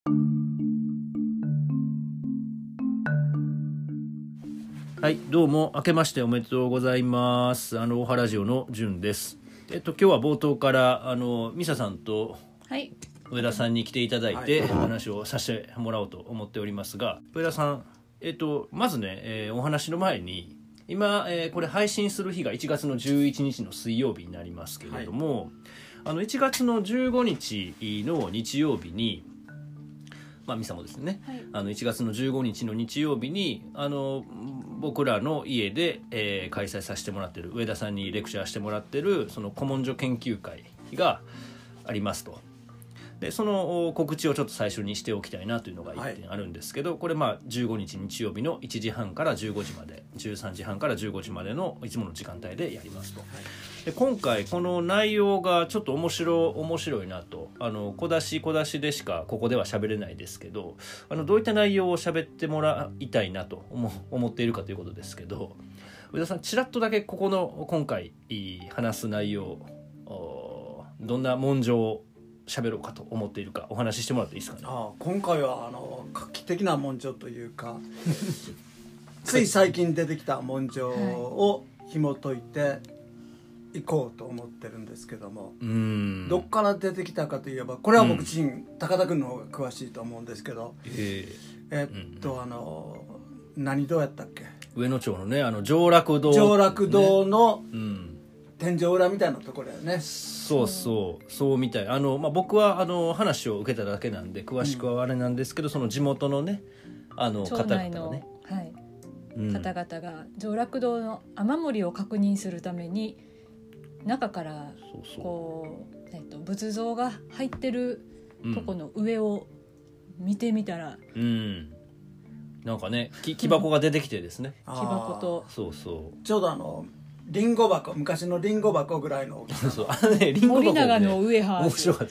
はい、どうも明けましておめでとうございます。大原ラジオのじゅんです。今日は冒頭からミサさんと上田さんに来ていただいて、話をさせてもらおうと思っておりますが、上田さん、まずね、お話の前に今、これ配信する日が1月の11日の水曜日になりますけれども、1月の15日の日曜日にミサもですね、1月の15日の日曜日に僕らの家で、開催させてもらってる、上田さんにレクチャーしてもらってるその古文書研究会がありますと。でその告知をちょっと最初にしておきたいなというのが1点あるんですけど、これ15日日曜日の1時半から15時まで、13時半から15時までのいつもの時間帯でやりますと。で今回この内容がちょっと面白いなと、小出しでしかここでは喋れないですけど、どういった内容を喋ってもらいたいなと思っているかということですけど、上田さんちらっとだけここの今回話す内容、どんな文書を喋ろうかと思っているかお話ししてもらっていいですかね。 今回は画期的な文書というかつい最近出てきた文書を紐解いていこうと思ってるんですけども、どっから出てきたかといえば、これは僕自身、高田君の方が詳しいと思うんですけど、何堂やったっけ、 上野町のね上楽堂の、天井裏みたいなところだよね。 そうみたい。僕は話を受けただけなんで詳しくはあれなんですけど、その地元のね方々がね、 方々が上楽堂の雨漏りを確認するために中からこう仏像が入ってるとこの上を見てみたら、 なんかね木箱が出てきてですね、 木箱とちょうどリンゴ箱、昔のリンゴ箱ぐらいのリンゴ箱森永のウエハース、 面白かった。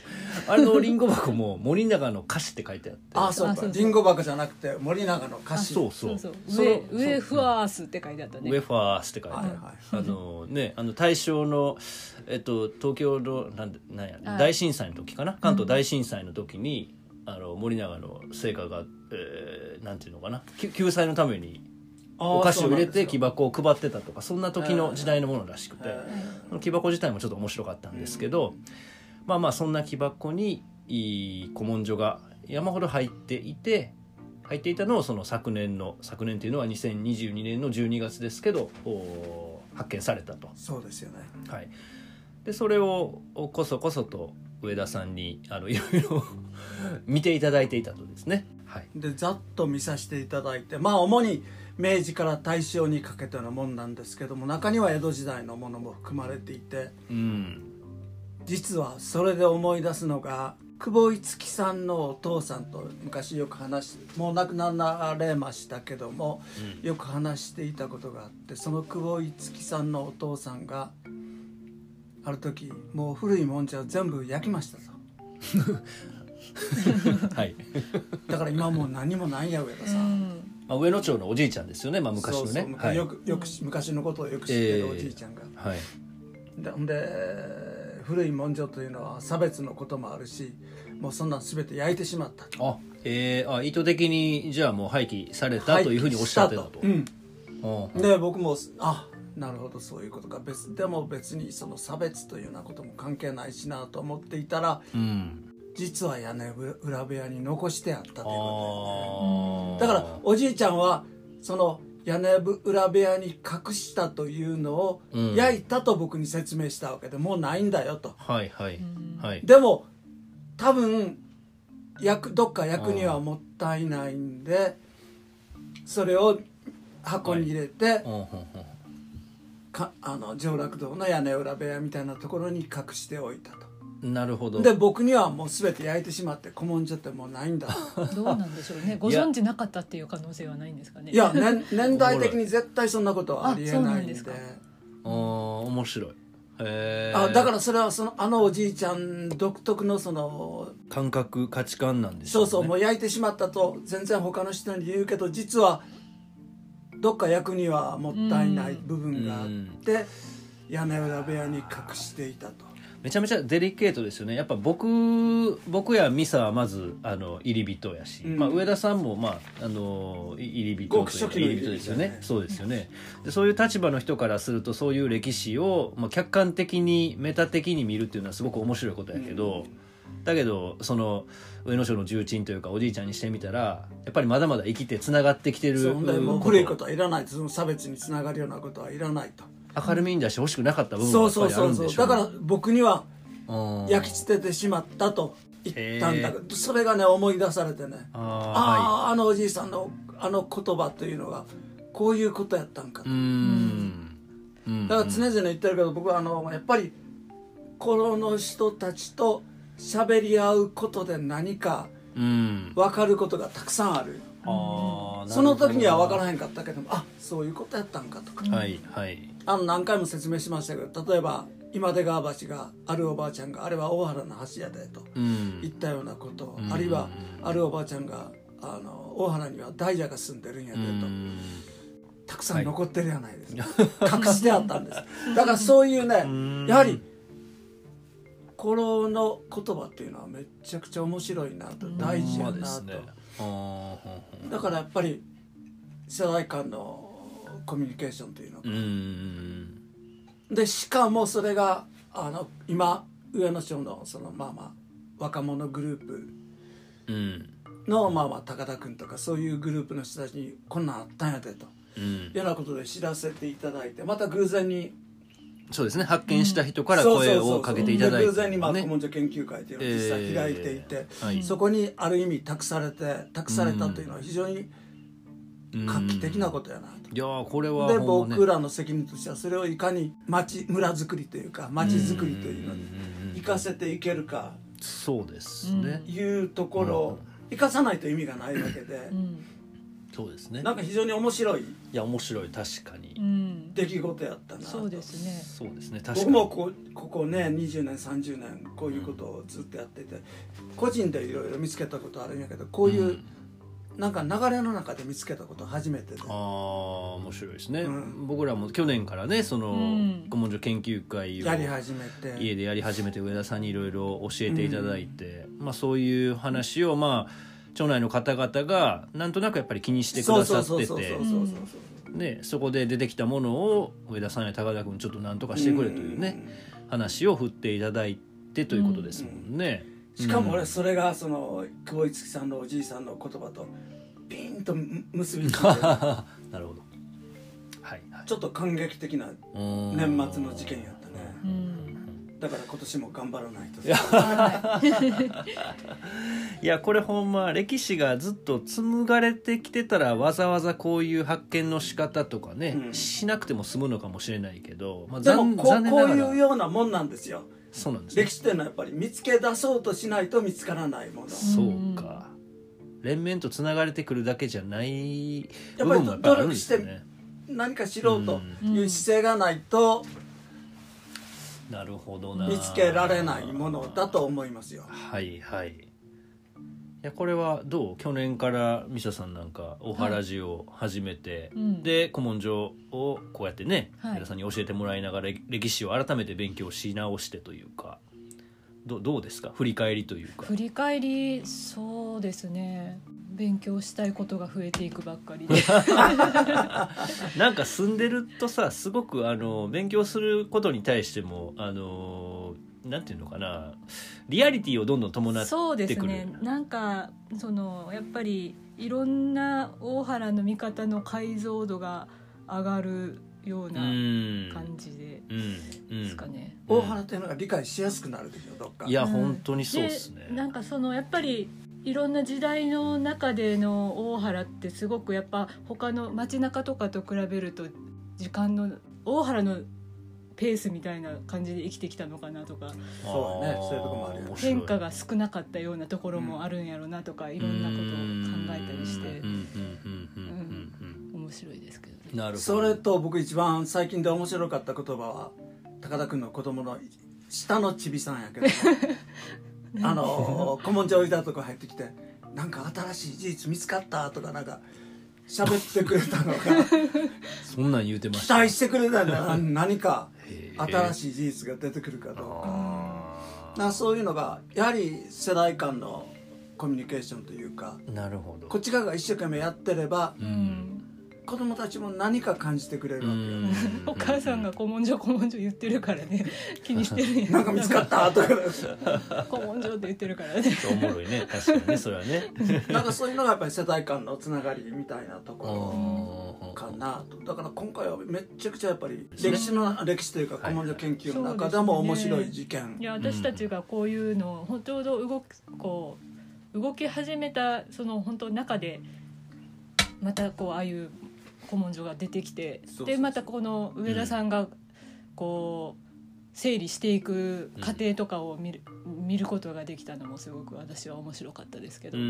リンゴ箱も森永の菓子って書いてあって、 そうか、リンゴ箱じゃなくて森永の菓子、 ウエファースって書いてあったね。 ウエファースって書いてある。大正の東京の大震災の時かな、関東大震災の時に森永の製菓がなんていうのかな、救済のためにお菓子を入れて木箱を配ってたとか、そんな時の時代のものらしくて、木箱自体もちょっと面白かったんですけど、そんな木箱に古文書が山ほど入っていたのを、その昨年というのは2022年の12月ですけど発見されたと。 そうですよね。 でそれをこそこそと上田さんにいろいろ見ていただいていたとですね。 でざっと見させていただいて、主に明治から大正にかけてのものなんですけども、中には江戸時代のものも含まれていて、実はそれで思い出すのが、久保五木さんのお父さんと昔よくもう亡くなられましたけども、よく話していたことがあって、その久保五木さんのお父さんがある時もう古いもんじゃ全部焼きましたとだから今もう何もないや、上田さん。 上野町のおじいちゃんですよね、昔のね。 よく昔のことをよく知ってるおじいちゃんが、で古い文書というのは差別のこともあるし、もうそんなん全て焼いてしまったと。 意図的にじゃあもう廃棄されたというふうにおっしゃってたと。 で僕もなるほど、そういうことか。でも別にその差別というようなことも関係ないしなと思っていたら、実は屋根裏部屋に残してあったということで、だからおじいちゃんはその屋根裏部屋に隠したというのを焼いたと僕に説明したわけで、もうないんだよと。でも多分どっか焼くにはもったいないんで、それを箱に入れて、上楽堂の屋根裏部屋みたいなところに隠しておいたと。 なるほど。 で僕にはもう全て焼いてしまって古文書ってもうないんだどうなんでしょうね。ご存知なかったっていう可能性はないんですかね。 いや、年代的に絶対そんなことはありえないんで。 面白い。 だからそれはおじいちゃん独特のその価値観なんでしょうね。 もう焼いてしまったと全然他の人に言うけど、実はどっか焼くにはもったいない部分があって、屋根裏部屋に隠していたと。 めちゃめちゃデリケートですよね。やっぱ僕やミサはまず入り人やし、まあ、上田さんも、まあ、入り人というか入り人ですよね。そうですよね。でそういう立場の人からするとそういう歴史を、まあ、客観的にメタ的に見るっていうのはすごく面白いことやけど、だけどその上野省の重鎮というかおじいちゃんにしてみたらやっぱりまだまだ生きてつながってきてるもう古いことはいらないと、その差別につながるようなことはいらないと、 明るみに出してほしくなかった部分がやっぱりあるんでしょうね。 だから僕には焼き捨ててしまったと言ったんだけど、それがね思い出されてね、あのおじいさんのあの言葉というのがこういうことやったんかと。だから常々言ってるけど、僕はやっぱりこの人たちと喋り合うことで何か分かることがたくさんある。その時には分からへんかったけども、あ、そういうことやったんかとか、何回も説明しましたけど、例えば今出川橋があるおばあちゃんがあれは大原の橋やでと言ったようなこと、あるいはあるおばあちゃんが大原には大蛇が住んでるんやでとたくさん残ってるじゃないですか、隠してあったんです。だからそういうね、やはりこの言葉っていうのはめちゃくちゃ面白いなと、大事やなと、だからやっぱり世代間のコミュニケーションというのがで、しかもそれが今上野省のそのまあまあ若者グループのまあまあ高田君とかそういうグループの人たちにこんなんあったんやでというようなことで知らせていただいて、また偶然にそうですね、発見した人から声をかけていただいて、 偶然に古文書研究会というのを実際開いていて、そこにある意味託されたというのは非常に画期的なことやなと。 いやこれはで僕らの責任としてはそれをいかに村づくりというか町づくりというのに生かせていけるか、 そうですね、 いうところを生かさないと意味がないわけで、 そうですね、 なんか非常に面白い、 いや面白い、確かに出来事やったなと。 そうですね、 そうですね、確かに僕もここね20年30年こういうことをずっとやってて、個人でいろいろ見つけたことあるんやけど、こういうなんか流れの中で見つけたこと初めてで、 面白いですね、僕らも去年からねその古文書研究会をやり始めて、 家でやり始めて上田さんにいろいろ教えていただいて、まあ、そういう話をまあ町内の方々がなんとなくやっぱり気にしてくださってて、そこで出てきたものを上田さんや高田君ちょっとなんとかしてくれというね、話を振っていただいてということですもんね。 しかも俺それがその久保五木さんのおじいさんの言葉とピンと結びついてなるほど、はいはい、 ちょっと感激的な年末の事件やったね。だから今年も頑張らないと。 いやこれほんま歴史がずっと紡がれてきてたらわざわざこういう発見の仕方とかね、しなくても済むのかもしれないけど、まあ、 でもこういうようなもんなんですよ。 そうなんですね、 歴史っていうのはやっぱり見つけ出そうとしないと見つからないもの。 そうか、連綿とつながれてくるだけじゃない部分もやっぱりあるんですね。やっぱり努力して何か知ろうという姿勢がないと、 なるほどな、 見つけられないものだと思いますよ。 はいはい。いやこれはどう、去年からミサさんなんかおはらじを始めて、で古文書をこうやってね皆さんに教えてもらいながら歴史を改めて勉強し直してというか、どうですか、振り返りというか。 振り返り、そうですね、勉強したいことが増えていくばっかりでなんか住んでるとさ、すごく勉強することに対してもなんていうのかな、リアリティをどんどん伴ってくる。 そうですね、なんかやっぱりいろんな大原の見方の解像度が上がるような感じですかね。 大原っていうのが理解しやすくなるでしょ、どっか。 いや本当にそうですね。 なんかやっぱりいろんな時代の中での大原ってすごくやっぱ他の街中とかと比べると時間の大原のペースみたいな感じで生きてきたのかなとか、 そうだね、そういうとこもあるよ。 変化が少なかったようなところもあるんやろうなとか、いろんなことを考えたりして面白いですけどね。 なるほど。 それと僕一番最近で面白かった言葉は高田君の子供の下のちびさんやけども古文書置いたとこ入ってきて、なんか新しい事実見つかったとかなんか喋ってくれたのがそんなん言うてました。 期待してくれたんだ。何か新しい事実が出てくるかどうか。 そういうのがやはり世代間のコミュニケーションというか、 なるほど、 こっち側が一生懸命やってれば、子供たちも何か感じてくれるわけよ。 お母さんが古文書言ってるからね、気にしてるんや。 なんか見つかったとか古文書って言ってるからね。 おもろいね、確かにね、それはね。 なんかそういうのがやっぱり世代間のつながりみたいなところかなと。だから今回はめちゃくちゃやっぱり歴史というか古文書研究の中でも面白い事件。 いや、私たちがこういうのをちょうど動き始めたその本当中でまたああいう古文書が出てきて、でまたこの上田さんが整理していく過程とかを見ることができたのもすごく私は面白かったですけど、はい、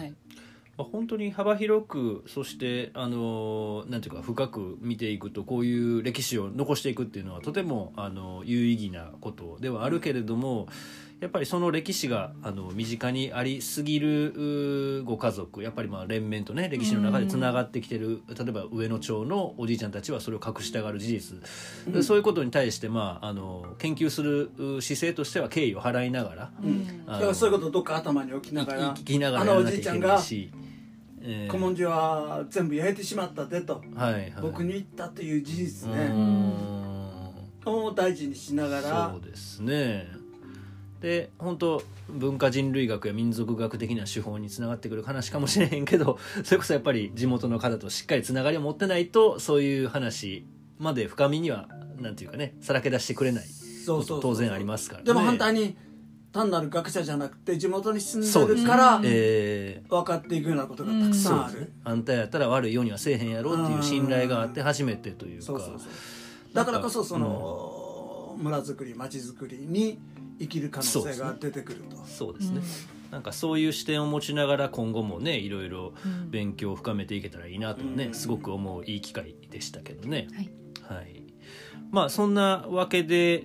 本当に幅広く、そしてなんていうか深く見ていくと、こういう歴史を残していくっていうのはとても有意義なことではあるけれども、やっぱりその歴史が身近にありすぎるご家族、やっぱり連綿とね歴史の中でつながってきてる、例えば上野町のおじいちゃんたちはそれを隠したがる事実、そういうことに対して研究する姿勢としては敬意を払いながら、 だからそういうことをどっか頭に置きながら、おじいちゃんが古文書は全部焼いてしまったでと、僕に言ったという事実ねを大事にしながら。 そうですね。で本当文化人類学や民族学的な手法につながってくる話かもしれへんけど、それこそやっぱり地元の方としっかりつながりを持ってないと、そういう話まで深みにはなんていうかね、さらけ出してくれないこと当然ありますからね。 でも反対に単なる学者じゃなくて地元に住んでるから分かっていくようなことがたくさんある。 あんたやったら悪いようにはせえへんやろっていう信頼があって初めてというか、 だからこそその村づくり町づくりに生きる可能性が出てくると。 そうですね、なんかそういう視点を持ちながら今後もねいろいろ勉強を深めていけたらいいなとね、すごく思ういい機会でしたけどね。はい、そんなわけで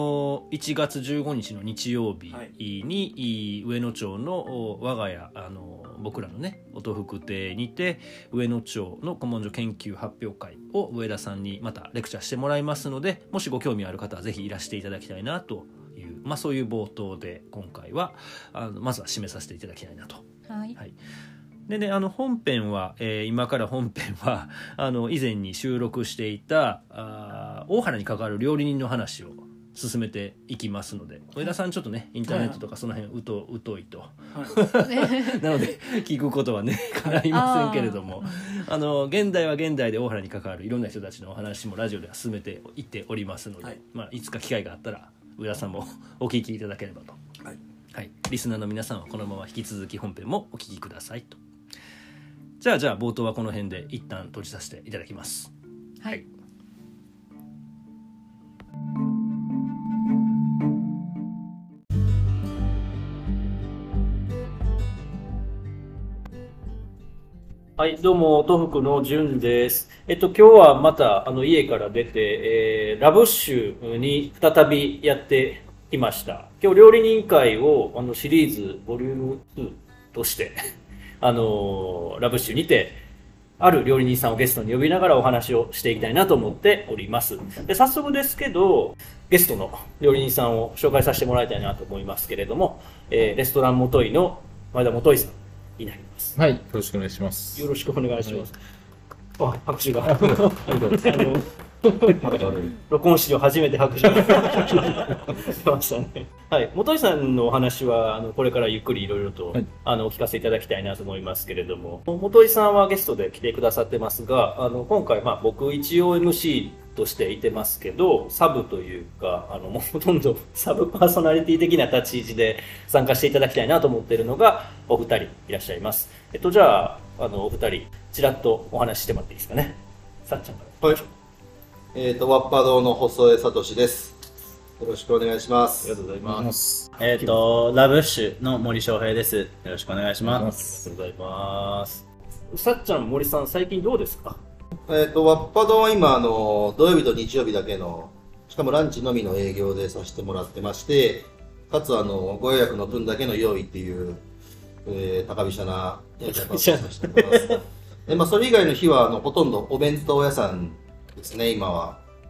1月15日の日曜日に、上野町の我が家僕らのね音福亭にて上野町の古文書研究発表会を上田さんにまたレクチャーしてもらいますので、もしご興味ある方はぜひいらしていただきたいなという、そういう冒頭で今回はまずは締めさせていただきたいなと。でね、本編は、今から本編は以前に収録していた大原に関わる料理人の話を進めていきますので、上田さんちょっとねインターネットとかその辺疎いと、なので聞くことはね叶いませんけれども、現代は現代で大原に関わるいろんな人たちのお話もラジオでは進めていっておりますので、いつか機会があったら上田さんもお聞きいただければと。リスナーの皆さんはこのまま引き続き本編もお聞きくださいと。じゃあ冒頭はこの辺で一旦閉じさせていただきます。どうも音福のじゅんです。今日はまた家から出て、ラブッシュに再びやってきました。今日料理人会をシリーズボリューム2としてラブッシュにてある料理人さんをゲストに呼びながらお話をしていきたいなと思っております。で、早速ですけどゲストの料理人さんを紹介させてもらいたいなと思いますけれども、レストランもといの前田もといさんになります。 はい、よろしくお願いします。 よろしくお願いします。拍手が録音史上初めて拍手が出ましたね。本井さんのお話はこれからゆっくりいろいろと、お聞かせいただきたいなと思いますけれども、本井さんはゲストで来てくださってますが、今回僕一応 MC としていてますけど、サブというかもうほとんどサブパーソナリティ的な立ち位置で参加していただきたいなと思っているのがお二人いらっしゃいます。じゃあお二人ちらっとお話ししてもらっていいですかね。さっちゃんから。 ワッパ堂の細江聡です。よろしくお願いします。 ありがとうございます。 ラブッシュの森翔平です。よろしくお願いします。 ありがとうございます。さっちゃん、森さん、最近どうですか？ ワッパ堂は今土曜日と日曜日だけの、しかもランチのみの営業でさせてもらってまして、かつご予約の分だけの用意っていう、高飛車なやり方をさせてもらいます。でそれ以外の日はほとんどお弁当屋さんですね。今は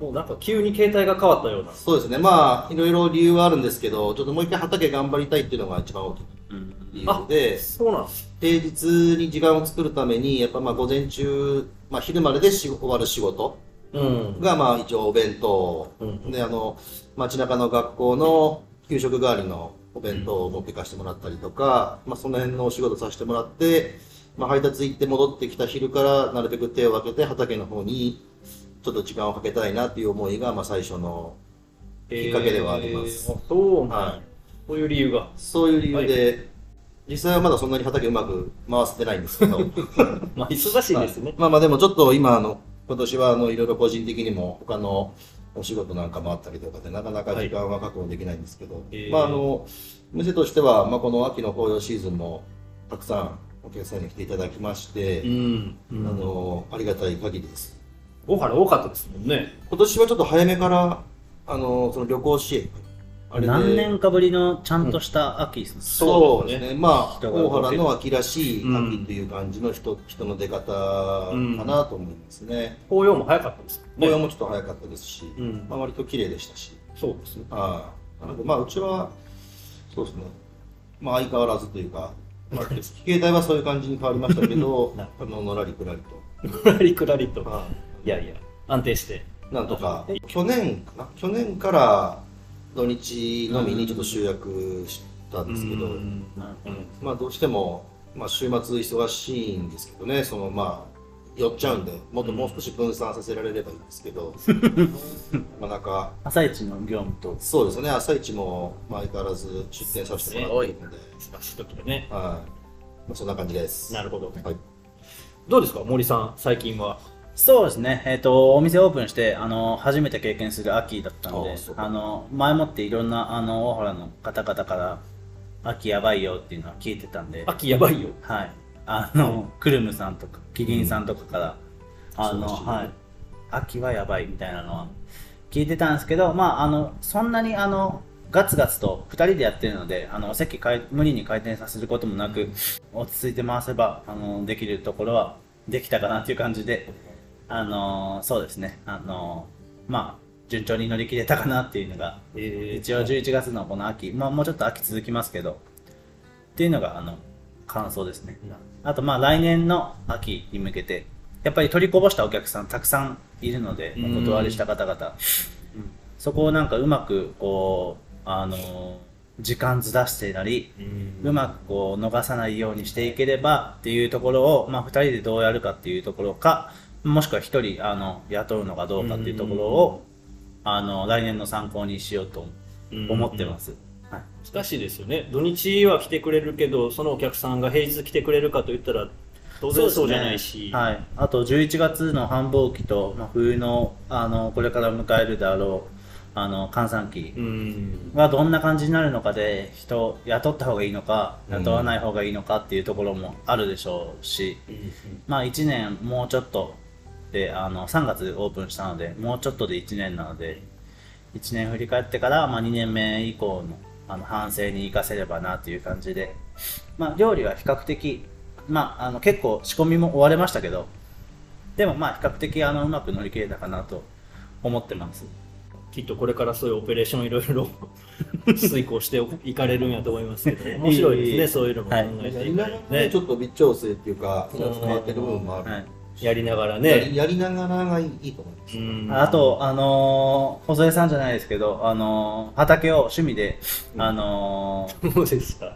もうなんか急に形態が変わったような。 そうですね。まあいろいろ理由はあるんですけど、ちょっともう一回畑頑張りたいっていうのが一番大きい理由で、 そうなんです。 平日に時間を作るためにやっぱまあ午前中、まあ昼までで終わる仕事がまあ一応お弁当、で街中の学校の給食代わりのお弁当を持って行かせてもらったりとか、まあその辺のお仕事させてもらって、まあ配達行って戻ってきた昼からなるべく手を分けて畑の方にちょっと時間をかけたいなっていう思いがまあ最初のきっかけではあります。 そう、 はい。 そういう理由が。 そういう理由で、実際はまだそんなに畑うまく回せてないんですけど。 まあ忙しいですね。 まあまあでもちょっと今今年はいろいろ個人的にも他のお仕事なんかもあったりとかでなかなか時間は確保できないんですけど、まあ店としては、まあ、この秋の紅葉シーズンもたくさんお客さんに来ていただきまして、ありがたい限りです。 大原多かったですもんね。 今年はちょっと早めからその旅行支援何年かぶりのちゃんとした秋ですね。 そうですね。まあ大原の秋らしい秋という感じの人の出方かなと思いますね。 紅葉も早かったですね。 紅葉もちょっと早かったですし、まあ割と綺麗でしたし。 そうですね。 なのでまあうちはそうですね。まあ相変わらずというか、まあ携帯はそういう感じに変わりましたけど、のらりくらりと。 のらりくらりと。いやいや安定してなんとか去年から土日のみにちょっと集約したんですけど、まあどうしても、まあ、週末忙しいんですけどね、まあ寄っちゃうんでもう少し分散させられればいいんですけど、まあなんか朝一の業務とそうですね、朝一も相変わらず出店させてもらっているので、 忙しい時でね、 まあそんな感じです。 なるほど。 はい、 どうですか森さん最近は。 そうですね、お店オープンして初めて経験する秋だったので、前もっていろんな大原の方々から秋やばいよっていうのは聞いてたんで、 秋やばいよ、 はい、クルムさんとかキリンさんとかからはい、秋はやばいみたいなのは聞いてたんですけど、まあそんなにガツガツと2人でやってるのでお席無理に回転させることもなく落ち着いて回せばできるところはできたかなっていう感じで。そうですね、まあ順調に乗り切れたかなっていうのが、一応11月のこの秋、まあ、もうちょっと秋続きますけどっていうのが感想ですね。あとまあ来年の秋に向けてやっぱり取りこぼしたお客さんたくさんいるので、お断りした方々、そこをなんかうまくこう時間ずらしてなり、うまくこう逃さないようにしていければっていうところを、まあ、2人でどうやるかっていうところか、もしくは1人雇うのかどうかっていうところを来年の参考にしようと思ってます。 はい、難しいですよね。土日は来てくれるけどそのお客さんが平日来てくれるかといったら当然そうじゃないし、 はい、あと11月の繁忙期と、まあ、冬のこれから迎えるであろう閑散期がどんな感じになるのかで人雇った方がいいのか雇わない方がいいのかっていうところもあるでしょうし、まあ1年もうちょっとで3月でオープンしたのでもうちょっとで1年なので1年振り返ってから、まあ、2年目以降の反省に生かせればなという感じで、まあ、料理は比較的、まあ、結構仕込みも終われましたけどでもまあ比較的うまく乗り切れたかなと思ってます。 きっとこれからそういうオペレーションいろいろ遂行していかれるんやと思いますけど面白いですね、そういうのも考えていただいて、 ちょっと微調整っていうか変わってる部分もある、 やりながらね、 やりながらがいいと思います。 あと細江さんじゃないですけど畑を趣味でそうですか、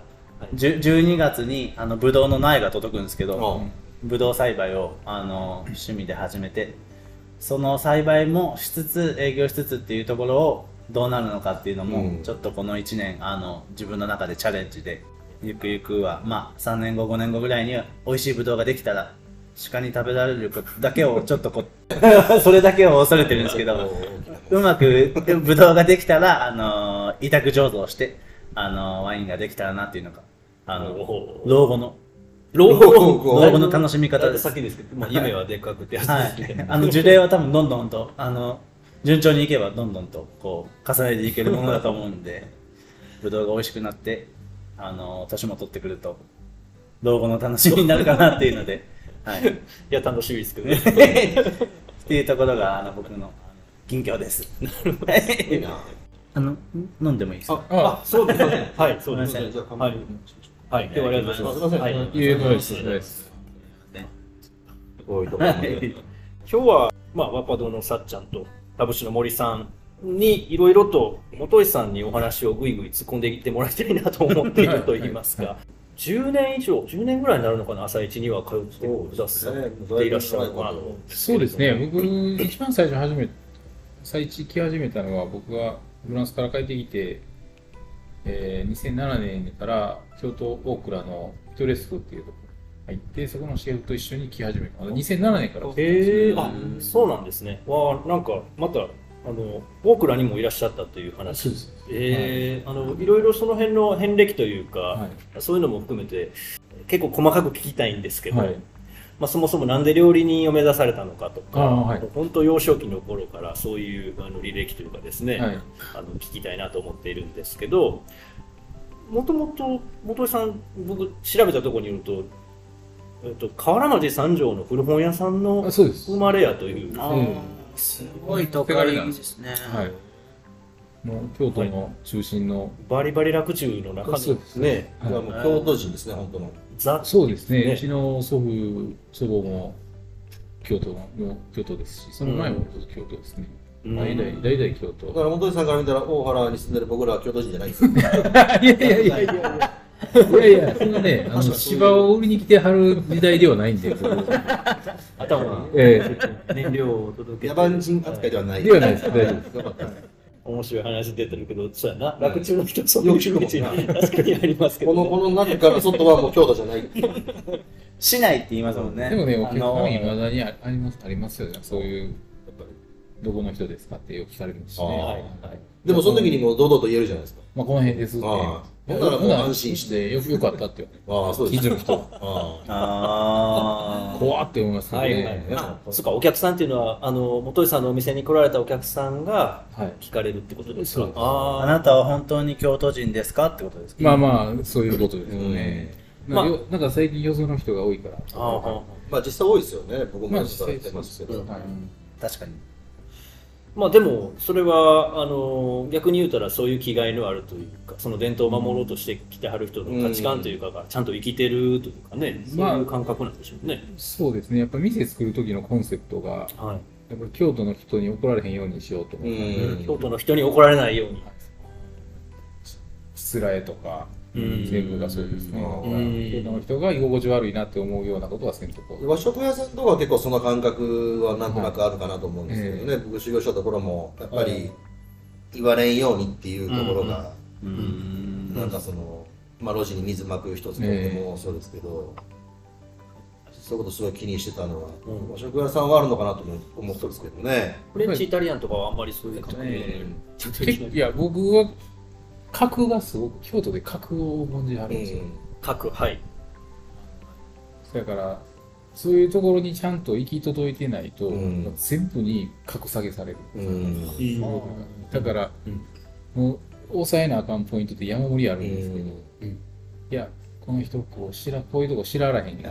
12月にブドウの苗が届くんですけど、ブドウ栽培を趣味で始めてその栽培もしつつ営業しつつっていうところをどうなるのかっていうのも、ちょっとこの1年自分の中でチャレンジでゆくゆくはまあ3年後5年後ぐらいには美味しいブドウができたら鹿に食べられるだけをちょっとそれだけを恐れてるんですけどうまくブドウができたら委託醸造してワインができたらなっていうのが老後の楽しみ方です。 先ですけど、まあ、夢はでっかくってやつですね。 樹齢は多分どんどんと順調にいけばどんどんとこう重ねていけるものだと思うんでブドウが美味しくなって年も取ってくると老後の楽しみになるかなっていうので、はい、 いや楽しみですけどねっていうところが僕の近況です。 いいな。 飲んでもいいですか？ あ、そうですね。はい、そうですじゃあ乾杯。 はい、今日はありがとうございます。 すいません。 はい、 です。 こういうところまで。 今日はワパドのさっちゃんと田淵の森さんにいろいろと本石さんにお話をぐいぐい突っ込んでいってもらいたいなと思っていると言いますか。10年ぐらいになるのかな、朝一には通ってくださっていらっしゃるのかなと。 そうですね、僕、一番最初朝一来始めたのは、僕がフランスから帰ってきて、2007年から京都大倉のピトレスクっていうところに入って、そこのシェフと一緒に来始めた。2007年から。 あ、そうなんですね。なんかまた大倉にもいらっしゃったという話。いろいろその辺の遍歴というか、そういうのも含めて結構細かく聞きたいんですけど、そもそもなんで料理人を目指されたのかとか、本当幼少期の頃からそういう履歴というかですね、聞きたいなと思っているんですけど、もともと本井さん、僕調べたところによると、河原町三条の古本屋さんの生まれやという。 すごい都会ですね。 はい。もう京都の中心のバリバリ楽中の中のね、もう京都人ですね、本当の。 そうですね。うちの祖母も京都ですし、その前も京都ですね。代々京都。 だから本井さんから見たら大原に住んでる僕らは京都人じゃないですよ。 いや、そのね、芝を売りに来てはる時代ではないんで、 頭に燃料を届け野蛮人扱いではない。 ではないです。大丈夫です。 面白い話出てるけど、そうやな、洛中の人そういうイメージ確かにありますけど、 この中から外はもう京都じゃない。 市内って言いますもんね。 でもね、お客さんいまだにありますよね。そういうやっぱりどこの人ですかってよく聞かれるしね。 でもその時にもう堂々と言えるじゃないですか。 この辺ですって。 だからもう安心してよかったって言われる。 近所の人。怖って思いますね。 そうか、お客さんっていうのは本井さんのお店に来られたお客さんが聞かれるってことですか？ あなたは本当に京都人ですかってことですか？ そういうことですよね。なんか最近よその人が多いから。 実際多いですよね。僕も実際やってますけど。 確かに。 でもそれは逆に言うたらそういう気概のあるというか、その伝統を守ろうとしてきてはる人の価値観というかがちゃんと生きてるというかね、そういう感覚なんでしょうね。 そうですね。やっぱ店作る時のコンセプトが、やっぱり京都の人に怒られへんようにしようと思って、 京都の人に怒られないように。 しつらえとか全部がそうですね。京都の人が居心地悪いなって思うようなことはせんとこ。 和食屋さんとかは結構その感覚はなんとなくあるかなと思うんですけどね。僕修行したところもやっぱり言われんようにっていうところが、なんかその路地に水まく一つとってもそうですけど、そういうことすごい気にしてたのは、和食屋さんはあるのかなと思ったんですけどね。 フレンチイタリアンとかはあんまりそういう感じ。 いや、僕は格がすごく京都で格を重んじはるんですよ。 格、はい。 だからそういうところにちゃんと行き届いてないと、全部に格下げされる。だから、もう抑えなあかんポイントって山盛りあるんですけど、いやこの人こういうとこ知ららへんな。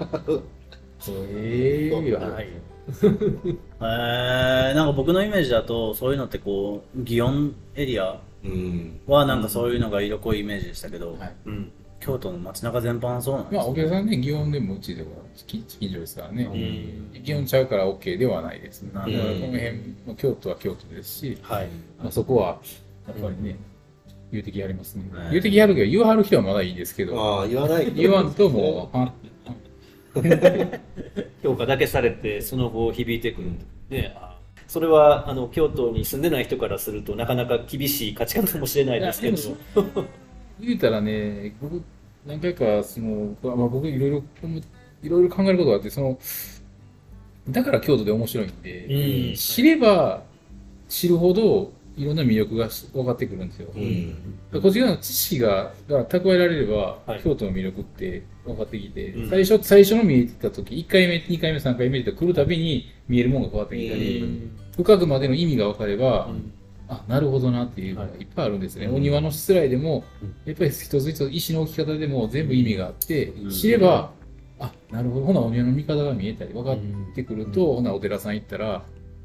なんか僕のイメージだとそういうのってこう祇園エリアはなんかそういうのが色濃いイメージでしたけど、京都の街中全般そうなんですね。 お客さんね、祇園でもうちでは近所ですからね。祇園ちゃうから OK ではないです。この辺京都は京都ですし、そこはやっぱりね、言うてきやりますね。言うてきやるけど言わはる人はまだいいですけど、言わんともう評価だけされてその後響いてくるんで、それは京都に住んでない人からするとなかなか厳しい価値観かもしれないですけど。 言うたらね、僕何回か僕いろいろ考えることがあって、だから京都で面白いんで、知れば知るほどいろんな魅力が分かってくるんですよ。こっち側の知識が蓄えられれば、京都の魅力って分かってきて、最初の見えてた時、1回目、2回目、3回目って来るたびに見えるものが変わってきたり、深くまでの意味が分かれば、なるほどなっていうのがいっぱいあるんですね。お庭のしつらいでも、やっぱり一つ一つ石の置き方でも全部意味があって、知れば、なるほど、ほなお庭の見方が見えたり分かってくると、ほなお寺さん行ったら、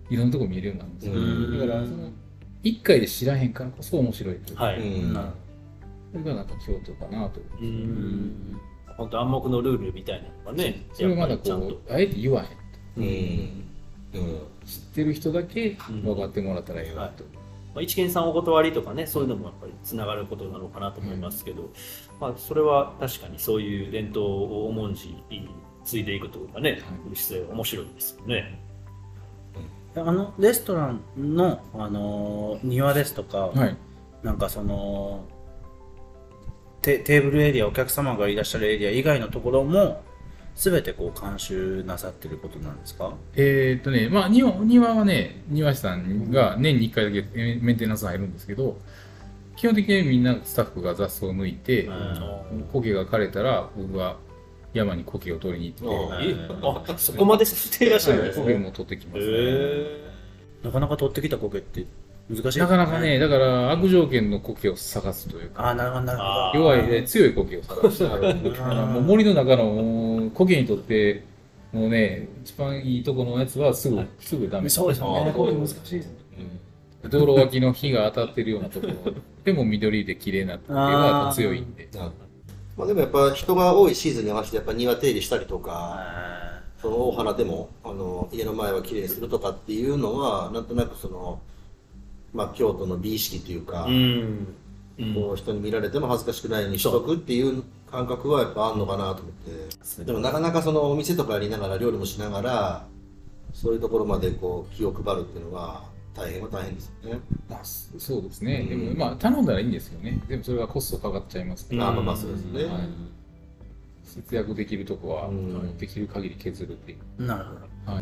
いろんなとこ見えるようになるんですよ。だからその一回で知らへんからこそ面白いというか、それがなんか京都かなと。 本当暗黙のルールみたいなのがね、 それをまだこうあえて言わへんと、知ってる人だけ分かってもらったらいいなと。 一見さんお断りとかね、そういうのもやっぱりつながることなのかなと思いますけど、それは確かにそういう伝統を重んじ継いでいくというかね、姿勢面白いですよね。 レストランの、庭ですとか、なんかそのテーブルエリア、お客様がいらっしゃるエリア以外のところも全てこう監修なさってることなんですか？ 庭はね、庭師さんが年に1回だけメンテナンス入るんですけど、基本的にみんなスタッフが雑草を抜いて、苔が枯れたら僕が山に苔を取りに行って、 そこまでしていらっしゃるんですね。 苔も取ってきますね。 なかなか取ってきた苔って難しいですね。 なかなかね、だから悪条件の苔を探すというか、 なるほどなるほど。弱い、強い苔を探してある。もう森の中の苔にとってもうね、一番いいところのやつはすぐダメ。 そうですよね。苔難しいですね。 道路脇の火が当たってるようなところでも緑で綺麗な苔が強いんで。 でもやっぱ人が多いシーズンに合わせてやっぱ庭手入れしたりとか、その大花でも家の前は綺麗にするとかっていうのはなんとなくその京都の美意識というか、こう人に見られても恥ずかしくないようにしとくっていう感覚はやっぱあるのかなと思って、でもなかなかそのお店とかやりながら料理もしながらそういうところまでこう気を配るっていうのは大変ですよね。 そうですね。でも頼んだらいいんですよね。でもそれはコストかかっちゃいますから。 そうですね。 節約できるとこはできる限り削るっていう。 なるほど。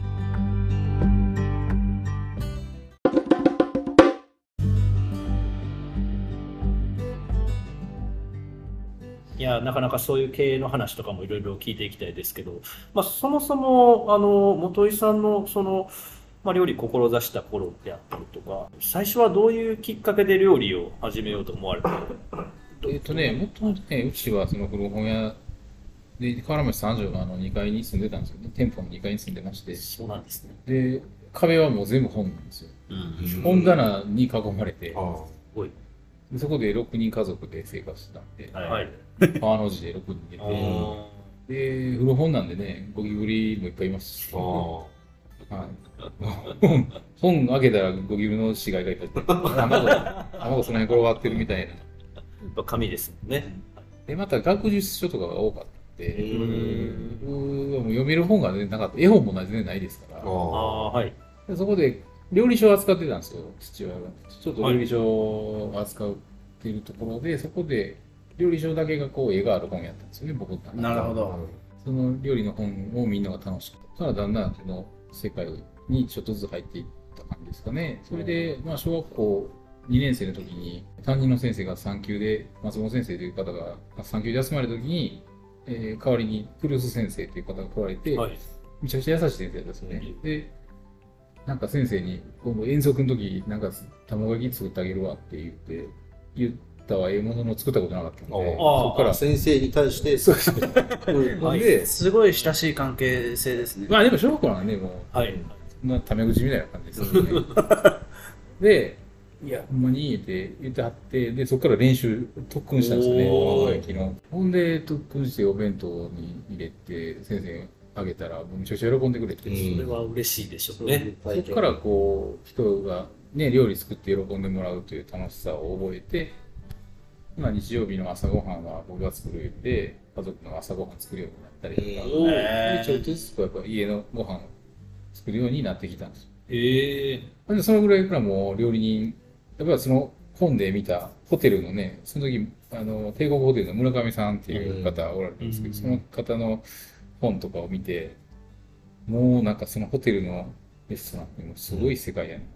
いや、なかなかそういう経営の話とかもいろいろ聞いていきたいですけど、そもそも元井さんのその料理志した頃であったりとか、最初はどういうきっかけで料理を始めようと思われたの？ もともとね、うちはその古本屋で河原町三条の2階に住んでたんですよね。店舗の2階に住んでまして。 そうなんですね。 で、壁はもう全部本なんですよ。本棚に囲まれて、そこで6人家族で生活してたんで、川の字で6人でで、古本なんでね、ゴキブリもいっぱいいますし、本開けたらゴキブリの死骸がいっぱいいて、卵その辺転がってるみたいな。やっぱ紙ですもんね。 で、また学術書とかが多かったんで、読める本が、ね、なかった。絵本も全然ないですから。でそこで料理書を扱ってたんですよ、父親が。ちょっと料理書を扱っているところで、そこで料理書だけがこう絵がある本やったんですよね、僕の中で。 なるほど。 その料理の本をみんなが楽しくて、そしたらだんだんその世界にちょっとずつ入っていった感じですかね。それで、小学校2年生の時に、担任の先生が産休で、松本先生という方が産休で休まれた時に、代わりにクルース先生という方が来られて、めちゃくちゃ優しい先生だったんですよね。で、なんか先生に、今度遠足の時、なんか卵焼き作ってあげるわって言ったはものの作ったことなかったので、そこから先生に対して、 すごい親しい関係性ですね。 でも小学校はね、もう、タメ口みたいな感じですよね。で、いや、ほんまにって言ってはって、で、そこから練習、特訓したんですよね、卵焼きの。ほんで、特訓してお弁当に入れて、先生あげたら、めちゃくちゃ喜んでくれて。 それは嬉しいでしょうね。 そこからこう、人がね、料理作って喜んでもらうという楽しさを覚えて、日曜日の朝ごはんは僕が作るようで、家族の朝ごはん作るようになったりとか、でちょっとずつやっぱ家のご飯を作るようになってきたんですよ。そのぐらいからもう料理人、やっぱりその本で見たホテルのね、その時帝国ホテルの村上さんっていう方がおられるんですけど、その方の本とかを見て、もうなんかそのホテルのレストランってもうすごい世界やね、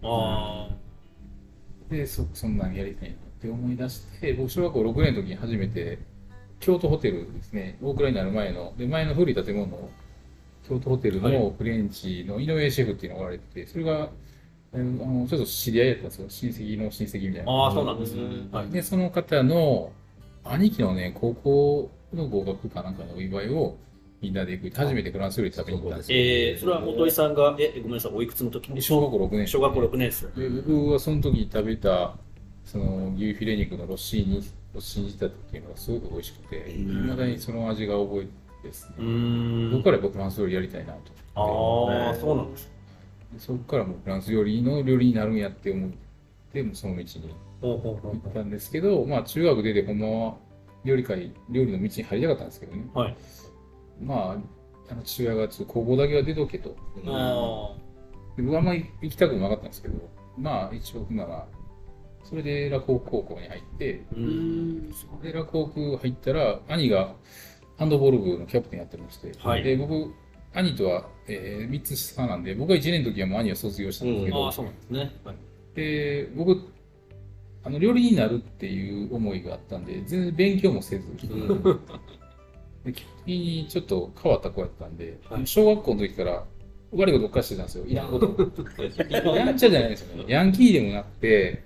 でそんなんやりたいなって思い出して、僕小学校6年の時に初めて京都ホテルですね、大倉になる前の古い建物を京都ホテルのフレンチの井上シェフっていうのがおられてて、それがちょっと知り合いだったんですよ。親戚の親戚みたいな。 そうなんですね。 で、その方の兄貴のね、高校の合格かなんかのお祝いを、 みんなで行く初めてフランス料理食べに行ったんですよ。 それは元井さんがごめんなさい、おいくつの時に？ 小学校6年生。 小学校6年生。 で僕はその時に食べたその牛フィレ肉のロッシーニ仕立てっていうのがすごく美味しくて、いまだにその味が覚えてですね。そこから僕フランス料理やりたいなと思って。そうなんです。 そこからもうフランス料理の料理になるんやって思ってもその道に行ったんですけど、まあ中学出てほんまは料理の道に入りたかったんですけどね。はい、まあ父親が高校だけは出とけと。僕はあんまり行きたくもなかったんですけど、まあ一応ならそれで洛北高校に入って、で洛北入ったら兄がハンドボール部のキャプテンやってまして、はい、で僕兄とは、3つ下なんで、僕が1年の時はもう兄は卒業したんですけど、 そうなんですね。はい、 で僕料理になるっていう思いがあったんで、全然勉強もせず、で基本的にちょっと変わった子やったんで、はい、小学校の時から悪いことばっかりしてたんですよ、いらんこと。やんちゃじゃないですよね、ヤンキーでもなくて、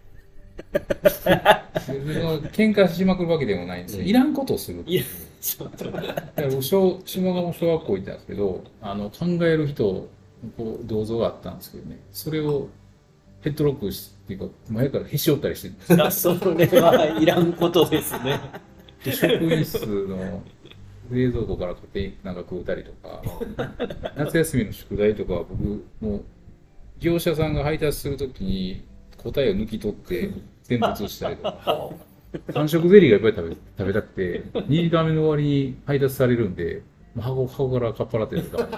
喧嘩しまくるわけでもないんですよ、いらんことをする。だから下鴨小学校行ったんですけど、考える人銅像があったんですけどね、それをヘッドロックしていうか前からへし折ったりしてるんです。 それはいらんことですね。 で職員室の冷蔵庫からなんか食うたりとか、夏休みの宿題とかは僕も業者さんが配達するときに答えを抜き取って全部写したりとか。3色ゼリーがいっぱい食べたくて、2時間目の終わりに配達されるんで、箱からかっぱらってるから。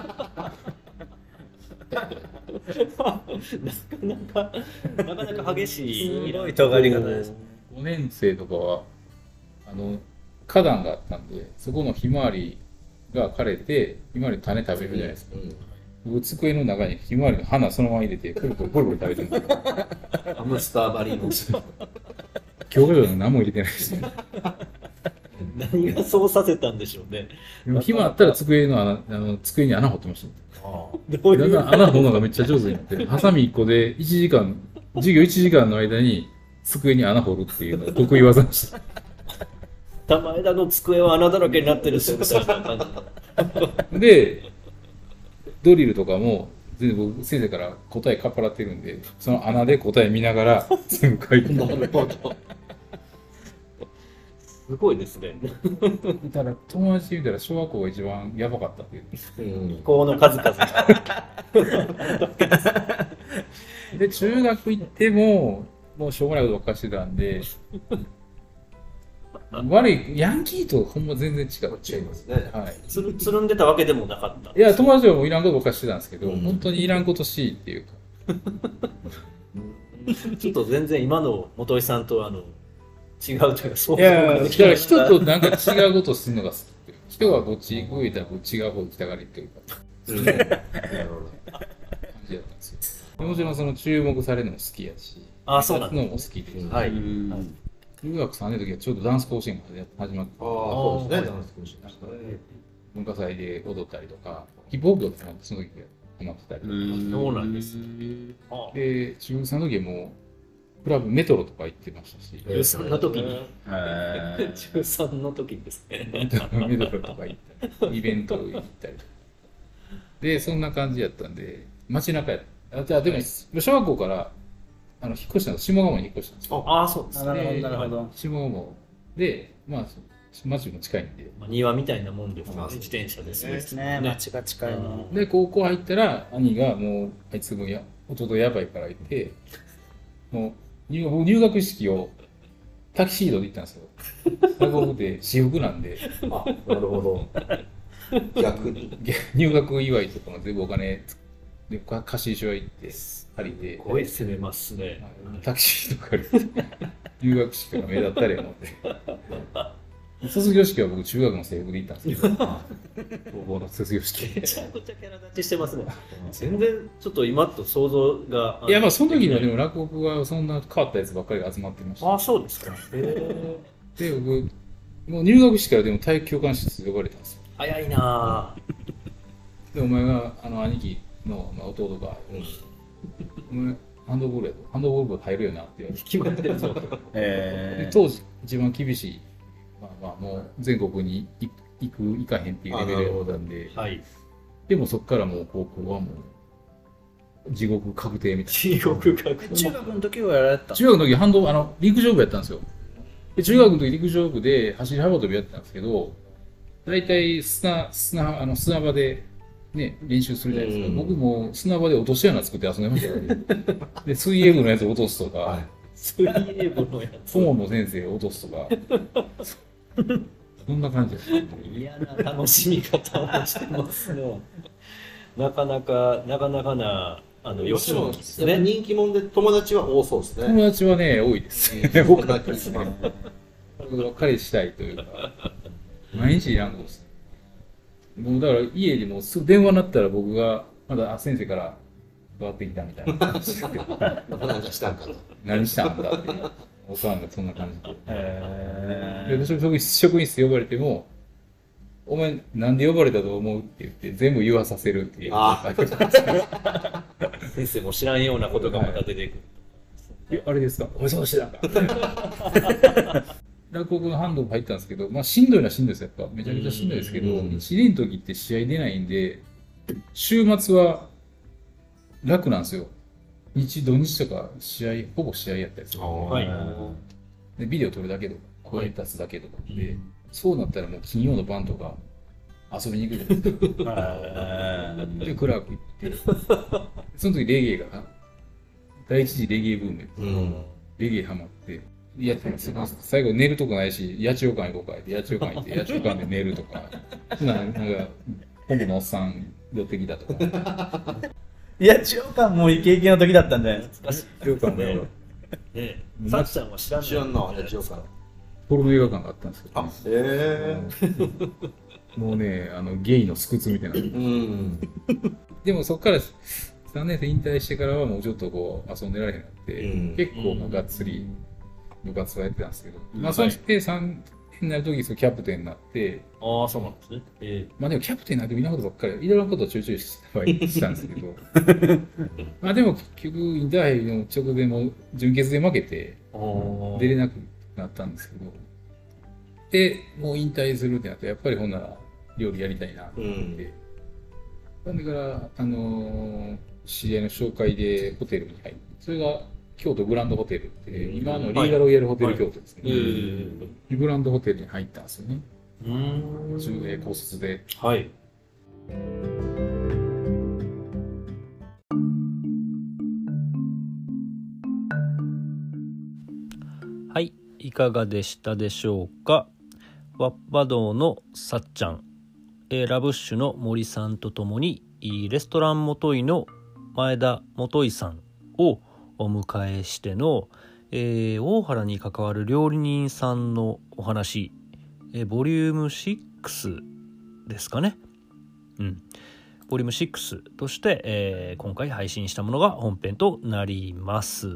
なかなか激しい。 広い尖り方です。 5年生とかは、花壇があったんで、そこのひまわりが枯れて、ひまわりの種食べるじゃないですか。僕、机の中にひまわりの花そのまま入れて、ポリポリポリポリ食べてるんですよ。 ハムスターバリの。 教科書の何も入れてないですね。 何がそうさせたんでしょうね。 でも暇あったら机に穴掘ってました。だんだん穴掘るのがめっちゃ上手になって、ハサミ1個で授業1時間の間に机に穴掘るっていうのが得意技でした。 玉枝の机は穴だらけになってるし、 で、ドリルとかも全部僕先生から答えかっぱらってるんで、その穴で答え見ながら全部書いてなるほど。すごいですね。 だから友達見たら小学校が一番やばかったっていう。 この数々 で中学行ってもうしょうがないことばっかりしてたんで、悪いヤンキーとほんま全然違いますね。はい。 つるんでたわけでもなかった。 いや友達はもういらんことばっかりしてたんですけど、本当にいらんことしいっていうか。 ちょっと全然今の元井さんと違うというか、そういやだから人となんか違うことするのが好きっていう。人はこっち行く言ったらこっち違う方行きたがりっていうか。なるほど。感じだったんですよ。もちろんその注目されるのも好きやし、 そうなんのも好きで。はい。中学3年の時はちょうどダンス甲子園が始まって。 そうですね。ダンス甲子園。 文化祭で踊ったりとか、ヒップホップとかその時はハマってたりとか。 そうなんです。 で、中3の時はもうクラブメトロとか行ってましたし。 中3の時に。中3の時にですね。 メトロとか行ったり、イベント行ったりとか。で、そんな感じやったんで、街中やった。じゃあでも、小学校から引っ越したの、下鴨に引っ越したんですよ。 そうですね。なるほど。 下鴨で、まあ、街も近いんで。 庭みたいなもんですね。自転車ですね。 そうですね。街が近いの。 で、高校入ったら、兄がもう、あいつも弟やばいからいて、もう、入学式をタキシードで行ったんですよ。学部で私服なんで。 なるほど。逆に。 入学祝いとかも全部お金で貸し所行って借りて。 すごい攻めますね。 タキシード借りて、入学式から目立ったり思って。卒業式は僕中学の制服で行ったんですけど、高校の卒業式。 めちゃくちゃキャラ立ちしてますね。全然ちょっと今と想像が。 いやまあその時はでも落語はそんな変わったやつばっかりが集まってました。 そうですか。 で僕もう入学式からでも体育教官室呼ばれたんですよ。 早いな。 でお前が兄貴の弟が、お前ハンドボール部入るよなって言われて。 決まってるぞ。 で当時一番厳しい。まあもう全国に1 行かへんっていうレベルだったんで、 はい、 でもそっからもう高校はもう地獄確定みたいな。 地獄確定。中学の時はやられた？ 中学の時陸上部やったんですよ。で中学の時陸上部で走り幅跳びやってたんですけど、大体砂場でね、練習するじゃないですか。僕も砂場で落とし穴作って遊んでましたよね。で、水泳部のやつ落とすとか、 水泳部のやつ。 顧問の先生落とすとか、そんな感じです。 嫌な楽しみ方をしてますね。なかなかな、よしもですね。 人気者で友達は多そうですね。 友達はね、多いです。多かったですね。彼氏したいというか、毎日いらんことです。もうだから家にもすぐ電話になったら僕が、まだ先生から変わってきたみたいな感じですけど。 何したんかと。 何したんだって。お母さんがそんな感じで。で、職員室呼ばれても、お前なんで呼ばれたと思うって言って全部言わさせるっていう。 先生も知らんようなことがまた出てくる。あれですか？お前そう知らんか。落語のハンドも入ったんですけど、まあしんどいのはしんどいです。やっぱめちゃめちゃしんどいですけど、1年の時って試合出ないんで、週末は楽なんですよ。土日とかほぼ試合やったりする。でビデオ撮るだけとか、声出すだけとかで、そうなったらもう金曜の晩とか遊びに行くじゃないですか。で、クラブ行って、その時レゲエが、第一次レゲエブーム、レゲエハマって、やってます。最後寝るとこないし、八千代館行こうかって、八千代館行って、八千代館で寝るとか、なんか、本部のおっさん寄ってきたとか。 八千代館もイケイケの時だったんじゃないですか。 八千代館ね。 さっちゃんは知らんな、八千代館。 ポルノ映画館があったんですよ、ね。もうね、ゲイのスクツみたいな。でもそこから3年生引退してからはもうちょっとこう遊んでられへんなって、結構がっつり部活はやってたんですけど、まあそして3年になるときキャプテンになって、 ああそうなんですね。 まあでもキャプテンになってみんなことばっかりいろんなことをちょいちょいしたんですけど、まあでも結局引退の直前も準決で負けて出れなくなったんですけど、でもう引退するってなったらやっぱりほんなら料理やりたいなと思って、なんでから知り合いの紹介でホテルに入って、それが京都グランドホテルって今のリーガロイヤルホテル京都ですね、グランドホテルに入ったんですよね。中英高卒で。 はい。はい、いかがでしたでしょうか。ワッパ堂のさっちゃん、ラブッシュの森さんとともにレストランもといの前田元井さんをお迎えしての、大原に関わる料理人さんのお話、ボリューム6ですかね。ボリューム6として、今回配信したものが本編となります。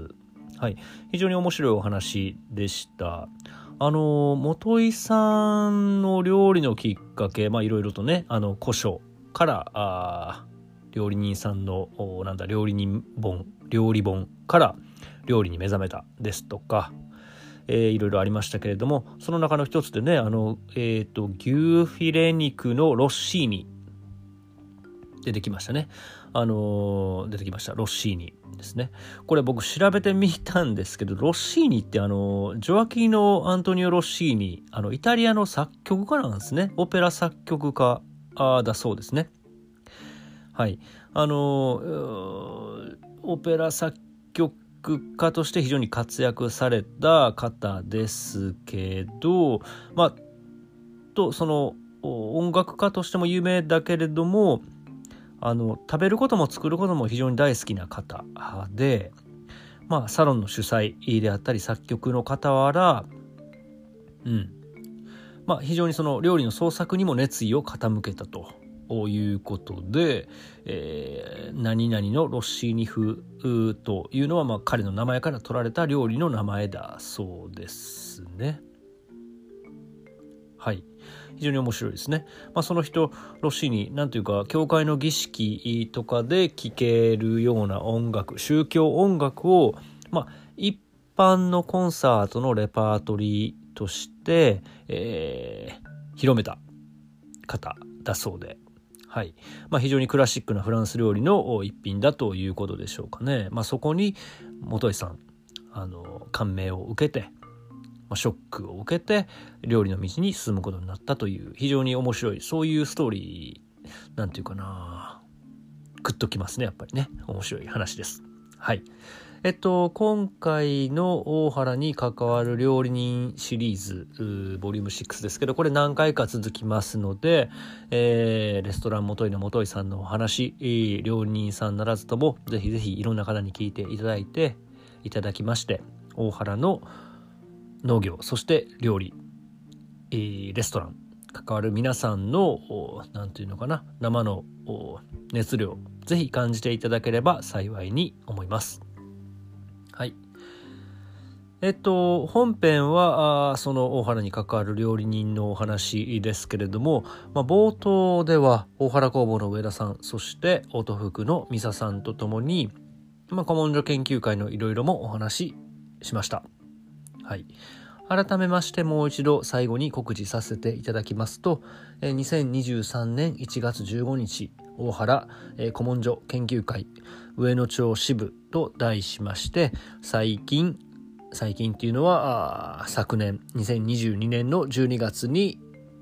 はい、非常に面白いお話でした。元井さんの料理のきっかけ、いろいろとね、古書から料理人さんの料理本から料理に目覚めたですとか、いろいろありましたけれども、その中の一つでね、牛フィレ肉のロッシーニ出てきましたね。出てきました。ロッシーニですね。これ僕調べてみたんですけど、ロッシーニってジョアキーノ・アントニオ・ロッシーニ、イタリアの作曲家なんですね。オペラ作曲家だそうですね。はい。オペラ作曲家として非常に活躍された方ですけど、その音楽家としても有名だけれども、食べることも作ることも非常に大好きな方で、サロンの主催であったり作曲の傍ら、非常にその料理の創作にも熱意を傾けたということで、何々のロッシーニ風というのは彼の名前から取られた料理の名前だそうですね。はい。非常に面白いですね。その人、ロッシーニ、なんというか、教会の儀式とかで聴けるような音楽、宗教音楽を、一般のコンサートのレパートリーとして、広めた方だそうで、はい、非常にクラシックなフランス料理の一品だということでしょうかね。そこに本井さん感銘を受けて、ショックを受けて料理の道に進むことになったという非常に面白い、そういうストーリーなんていうかな、グッときますね、やっぱりね。面白い話です。はい。今回の大原に関わる料理人シリーズボリューム6ですけど、これ何回か続きますので、レストラン元井の元井さんのお話、料理人さんならずともぜひぜひいろんな方に聞いていただきまして、大原の農業、そして料理、レストラン関わる皆さんのなんていうのかな、生の熱量ぜひ感じていただければ幸いに思います。はい。本編はその大原に関わる料理人のお話ですけれども、冒頭では大原工房の上田さん、そして音福の美沙さんとともに、古文書研究会のいろいろもお話しました。はい。改めましてもう一度最後に告知させていただきますと、2023年1月15日大原古文書研究会上野町支部と題しまして、最近っていうのは昨年2022年の12月に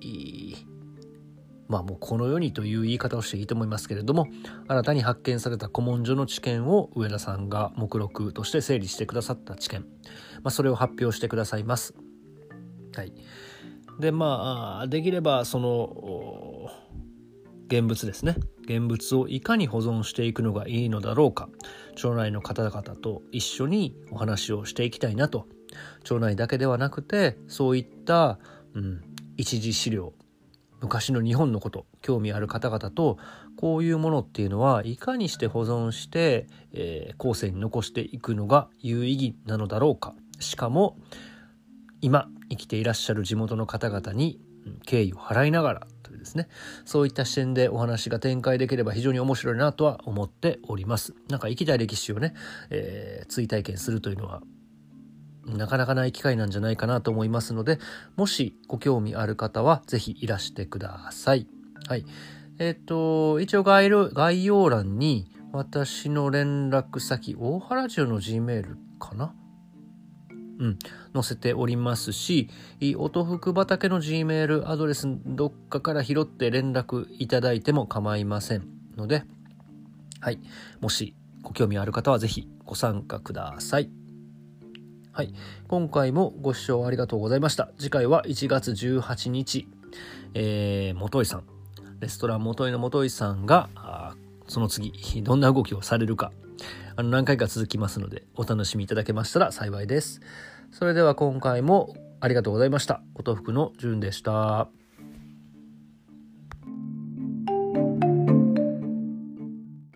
もうこの世にという言い方をしていいと思いますけれども、新たに発見された古文書の知見を上田さんが目録として整理してくださった知見、それを発表してくださいます。はい。でできればその現物ですね、現物をいかに保存していくのがいいのだろうか、町内の方々と一緒にお話をしていきたいなと。町内だけではなくて、そういった、一次資料、昔の日本のこと興味ある方々と、こういうものっていうのはいかにして保存して、後世に残していくのが有意義なのだろうか、しかも今生きていらっしゃる地元の方々に敬意を払いながらというですね、そういった視点でお話が展開できれば非常に面白いなとは思っております。生きた歴史をね、追体験するというのはなかなかない機会なんじゃないかなと思いますので、もしご興味ある方はぜひいらしてください。はい。一応概要欄に私の連絡先、大原城の Gmail かな、載せておりますし、音福畑の Gmail アドレスどっかから拾って連絡いただいても構いませんので、はい。もしご興味ある方はぜひご参加ください。はい。今回もご視聴ありがとうございました。次回は1月18日、元井さん、レストラン元井の元井さんがその次どんな動きをされるか何回か続きますので、お楽しみいただけましたら幸いです。それでは今回もありがとうございました。音福のじゅんでした。